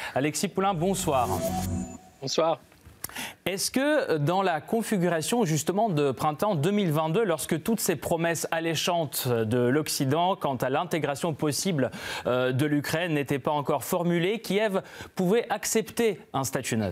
Alexis Poulain, bonsoir. Bonsoir. Est-ce que dans la configuration justement de printemps 2022, lorsque toutes ces promesses alléchantes de l'Occident quant à l'intégration possible de l'Ukraine n'étaient pas encore formulées, Kiev pouvait accepter un statut neutre ?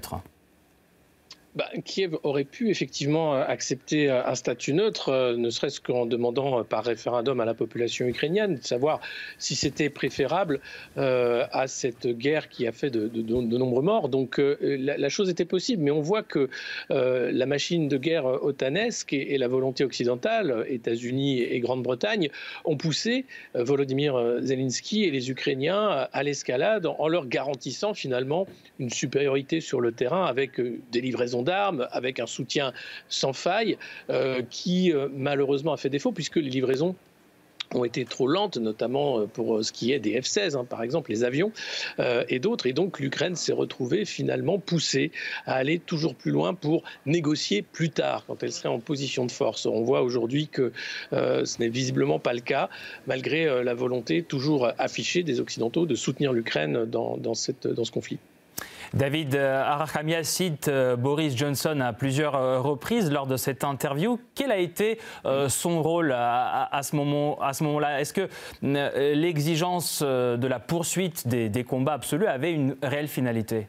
Kiev aurait pu effectivement accepter un statut neutre, ne serait-ce qu'en demandant par référendum à la population ukrainienne de savoir si c'était préférable à cette guerre qui a fait de nombreux morts. Donc la chose était possible, mais on voit que la machine de guerre otanesque et la volonté occidentale, États-Unis et Grande-Bretagne, ont poussé Volodymyr Zelensky et les Ukrainiens à l'escalade en leur garantissant finalement une supériorité sur le terrain avec des livraisons d'armes, avec un soutien sans faille qui malheureusement a fait défaut puisque les livraisons ont été trop lentes, notamment pour ce qui est des F-16, par exemple, les avions et d'autres. Et donc l'Ukraine s'est retrouvée finalement poussée à aller toujours plus loin pour négocier plus tard, quand elle serait en position de force. On voit aujourd'hui que ce n'est visiblement pas le cas, malgré la volonté toujours affichée des Occidentaux de soutenir l'Ukraine dans ce conflit. David Arachamia cite Boris Johnson à plusieurs reprises lors de cette interview. Quel a été son rôle à ce moment-là? Est-ce que l'exigence de la poursuite des combats absolus avait une réelle finalité?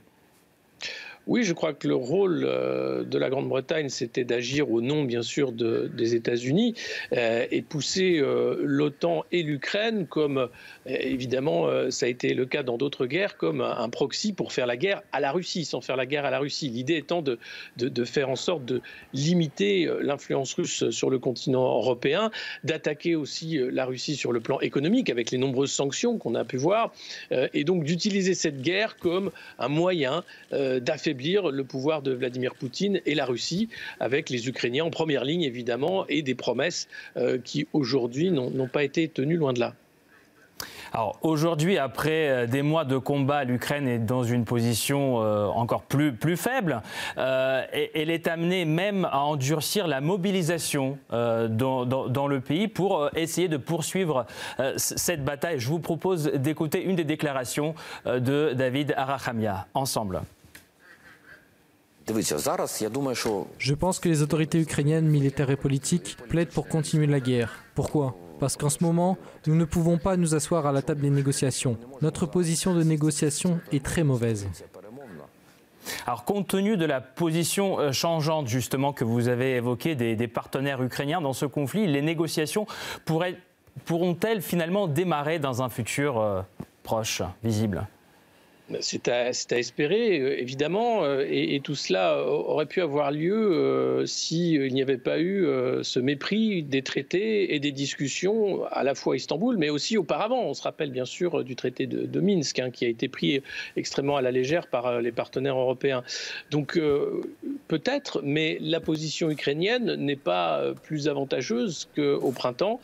Oui, je crois que le rôle de la Grande-Bretagne, c'était d'agir au nom, bien sûr, des États-Unis et pousser l'OTAN et l'Ukraine, comme évidemment ça a été le cas dans d'autres guerres, comme un proxy pour faire la guerre à la Russie, sans faire la guerre à la Russie. L'idée étant de faire en sorte de limiter l'influence russe sur le continent européen, d'attaquer aussi la Russie sur le plan économique, avec les nombreuses sanctions qu'on a pu voir, et donc d'utiliser cette guerre comme un moyen d'affaiblir le pouvoir de Vladimir Poutine et la Russie, avec les Ukrainiens en première ligne évidemment, et des promesses qui aujourd'hui n'ont pas été tenues, loin de là. Alors aujourd'hui, après des mois de combat, l'Ukraine est dans une position encore plus faible. Elle est amenée même à endurcir la mobilisation dans le pays pour essayer de poursuivre cette bataille. Je vous propose d'écouter une des déclarations de David Arachamia. Ensemble. Je pense que les autorités ukrainiennes, militaires et politiques, plaident pour continuer la guerre. Pourquoi ? Parce qu'en ce moment, nous ne pouvons pas nous asseoir à la table des négociations. Notre position de négociation est très mauvaise. Alors, compte tenu de la position changeante, justement, que vous avez évoquée des partenaires ukrainiens dans ce conflit, les négociations pourront-elles finalement démarrer dans un futur proche, visible ? C'est à espérer, évidemment, et tout cela aurait pu avoir lieu s'il n'y avait pas eu ce mépris des traités et des discussions, à la fois à Istanbul, mais aussi auparavant. On se rappelle bien sûr du traité de Minsk, qui a été pris extrêmement à la légère par les partenaires européens. Donc peut-être, mais la position ukrainienne n'est pas plus avantageuse qu'au printemps,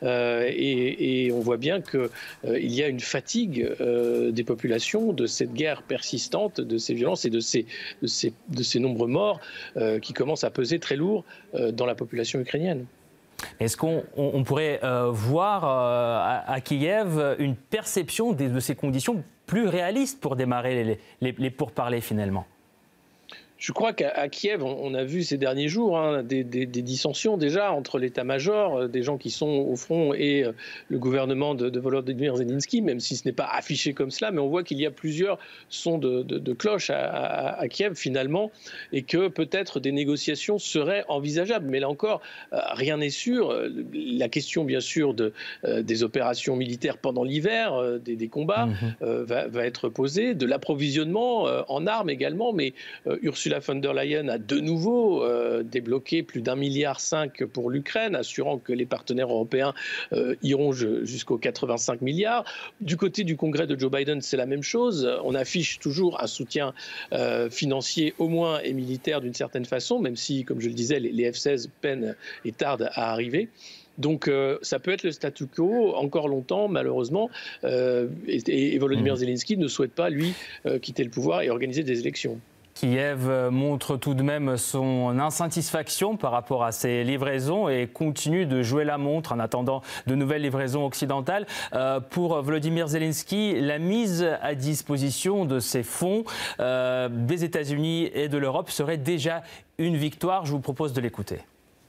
et on voit bien qu'il y a une fatigue des populations, de cette guerre persistante, de ces violences et de ces nombreux morts qui commencent à peser très lourd dans la population ukrainienne. Est-ce qu'on pourrait voir à Kiev une perception de ces conditions plus réalistes pour démarrer les pourparlers finalement ? Je crois qu'à Kiev, on a vu ces derniers jours des dissensions déjà entre l'état-major, des gens qui sont au front et le gouvernement de Volodymyr Zelensky, même si ce n'est pas affiché comme cela, mais on voit qu'il y a plusieurs sons de cloche à Kiev finalement, et que peut-être des négociations seraient envisageables. Mais là encore, rien n'est sûr. La question bien sûr des opérations militaires pendant l'hiver, des combats, va être posée, de l'approvisionnement en armes également, mais Ursula von der Leyen a de nouveau débloqué plus d'1,5 milliard pour l'Ukraine, assurant que les partenaires européens iront jusqu'aux 85 milliards. Du côté du Congrès de Joe Biden, c'est la même chose. On affiche toujours un soutien financier au moins et militaire d'une certaine façon, même si, comme je le disais, les F-16 peinent et tardent à arriver. Donc ça peut être le statu quo encore longtemps, malheureusement, et Volodymyr Zelensky ne souhaite pas, lui, quitter le pouvoir et organiser des élections. Kiev montre tout de même son insatisfaction par rapport à ces livraisons et continue de jouer la montre en attendant de nouvelles livraisons occidentales. Pour Volodymyr Zelensky, la mise à disposition de ces fonds des États-Unis et de l'Europe serait déjà une victoire. Je vous propose de l'écouter.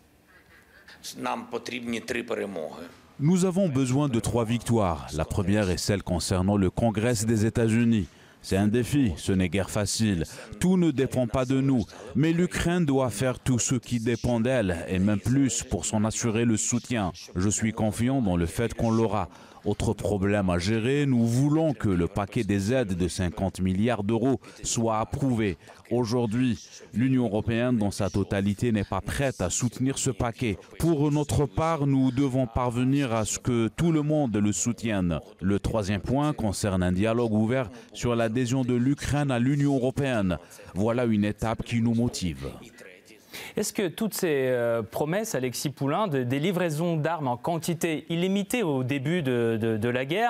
Nous avons besoin de 3 victoires. La première est celle concernant le Congrès des États-Unis. C'est un défi, ce n'est guère facile. Tout ne dépend pas de nous, mais l'Ukraine doit faire tout ce qui dépend d'elle, et même plus pour s'en assurer le soutien. Je suis confiant dans le fait qu'on l'aura. Autre problème à gérer, nous voulons que le paquet des aides de 50 milliards d'euros soit approuvé. Aujourd'hui, l'Union européenne dans sa totalité n'est pas prête à soutenir ce paquet. Pour notre part, nous devons parvenir à ce que tout le monde le soutienne. Le troisième point concerne un dialogue ouvert sur l'adhésion de l'Ukraine à l'Union européenne. Voilà une étape qui nous motive. Est-ce que toutes ces promesses, Alexis Poulain, des livraisons d'armes en quantité illimitée au début de la guerre,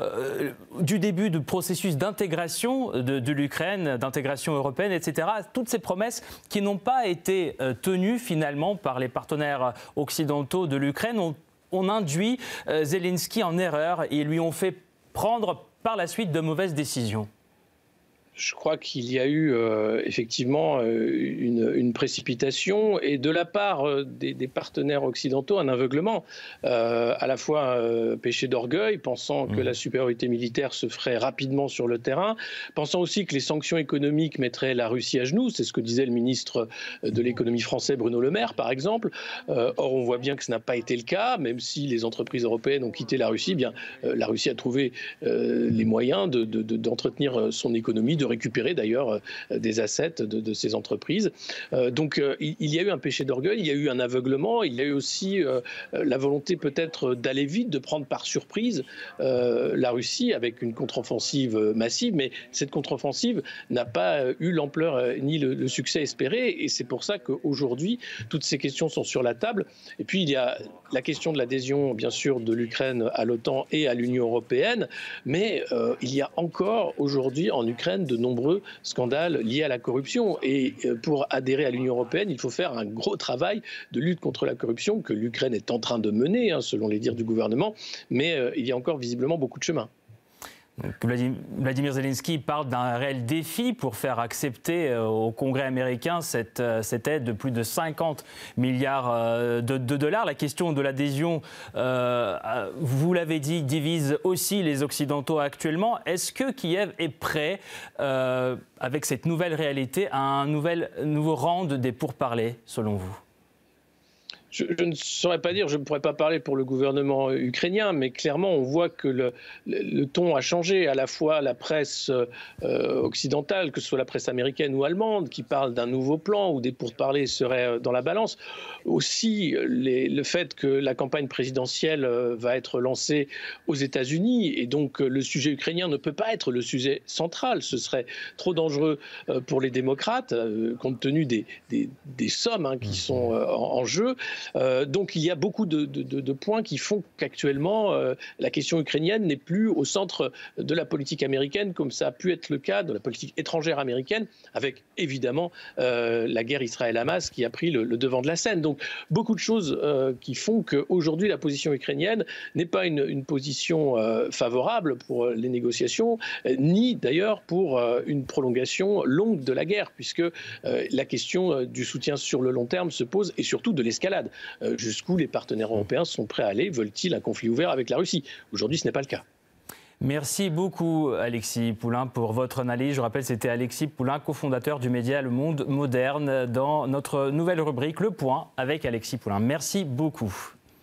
du début du processus d'intégration de l'Ukraine, d'intégration européenne, etc., toutes ces promesses qui n'ont pas été tenues finalement par les partenaires occidentaux de l'Ukraine ont induit Zelensky en erreur et lui ont fait prendre par la suite de mauvaises décisions? Je crois qu'il y a eu effectivement une précipitation et de la part des partenaires occidentaux un aveuglement, à la fois un péché d'orgueil, pensant que la supériorité militaire se ferait rapidement sur le terrain, pensant aussi que les sanctions économiques mettraient la Russie à genoux, c'est ce que disait le ministre de l'économie français Bruno Le Maire par exemple. Or on voit bien que ce n'a pas été le cas, même si les entreprises européennes ont quitté la Russie, bien la Russie a trouvé les moyens d'entretenir son économie, de récupérer d'ailleurs des assets de ces entreprises. Donc il y a eu un péché d'orgueil, il y a eu un aveuglement, il y a eu aussi la volonté peut-être d'aller vite, de prendre par surprise la Russie avec une contre-offensive massive, mais cette contre-offensive n'a pas eu l'ampleur ni le succès espéré, et c'est pour ça qu'aujourd'hui toutes ces questions sont sur la table. Et puis il y a la question de l'adhésion bien sûr de l'Ukraine à l'OTAN et à l'Union européenne, mais il y a encore aujourd'hui en Ukraine de nombreux scandales liés à la corruption. Et pour adhérer à l'Union européenne, il faut faire un gros travail de lutte contre la corruption que l'Ukraine est en train de mener, selon les dires du gouvernement, mais il y a encore visiblement beaucoup de chemin. Donc, Vladimir Zelensky parle d'un réel défi pour faire accepter au Congrès américain cette aide de plus de 50 milliards de dollars. La question de l'adhésion, vous l'avez dit, divise aussi les Occidentaux actuellement. Est-ce que Kiev est prêt, avec cette nouvelle réalité, à un nouveau round des pourparlers, selon vous ? Je ne saurais pas dire, je ne pourrais pas parler pour le gouvernement ukrainien, mais clairement on voit que le ton a changé. À la fois la presse occidentale, que ce soit la presse américaine ou allemande, qui parle d'un nouveau plan où des pourparlers seraient dans la balance. Aussi le fait que la campagne présidentielle va être lancée aux États-Unis et donc le sujet ukrainien ne peut pas être le sujet central. Ce serait trop dangereux pour les démocrates, compte tenu des sommes qui sont en jeu. Donc il y a beaucoup de points qui font qu'actuellement la question ukrainienne n'est plus au centre de la politique américaine comme ça a pu être le cas de la politique étrangère américaine, avec évidemment la guerre Israël-Hamas qui a pris le devant de la scène. Donc beaucoup de choses qui font qu'aujourd'hui la position ukrainienne n'est pas une position favorable pour les négociations, ni d'ailleurs pour une prolongation longue de la guerre, puisque la question du soutien sur le long terme se pose, et surtout de l'escalade. Jusqu'où les partenaires européens sont prêts à aller? Veulent-ils un conflit ouvert avec la Russie? Aujourd'hui, ce n'est pas le cas. Merci beaucoup Alexis Poulain pour votre analyse. Je rappelle, c'était Alexis Poulain, cofondateur du média Le Monde Moderne, dans notre nouvelle rubrique Le Point avec Alexis Poulain. Merci beaucoup.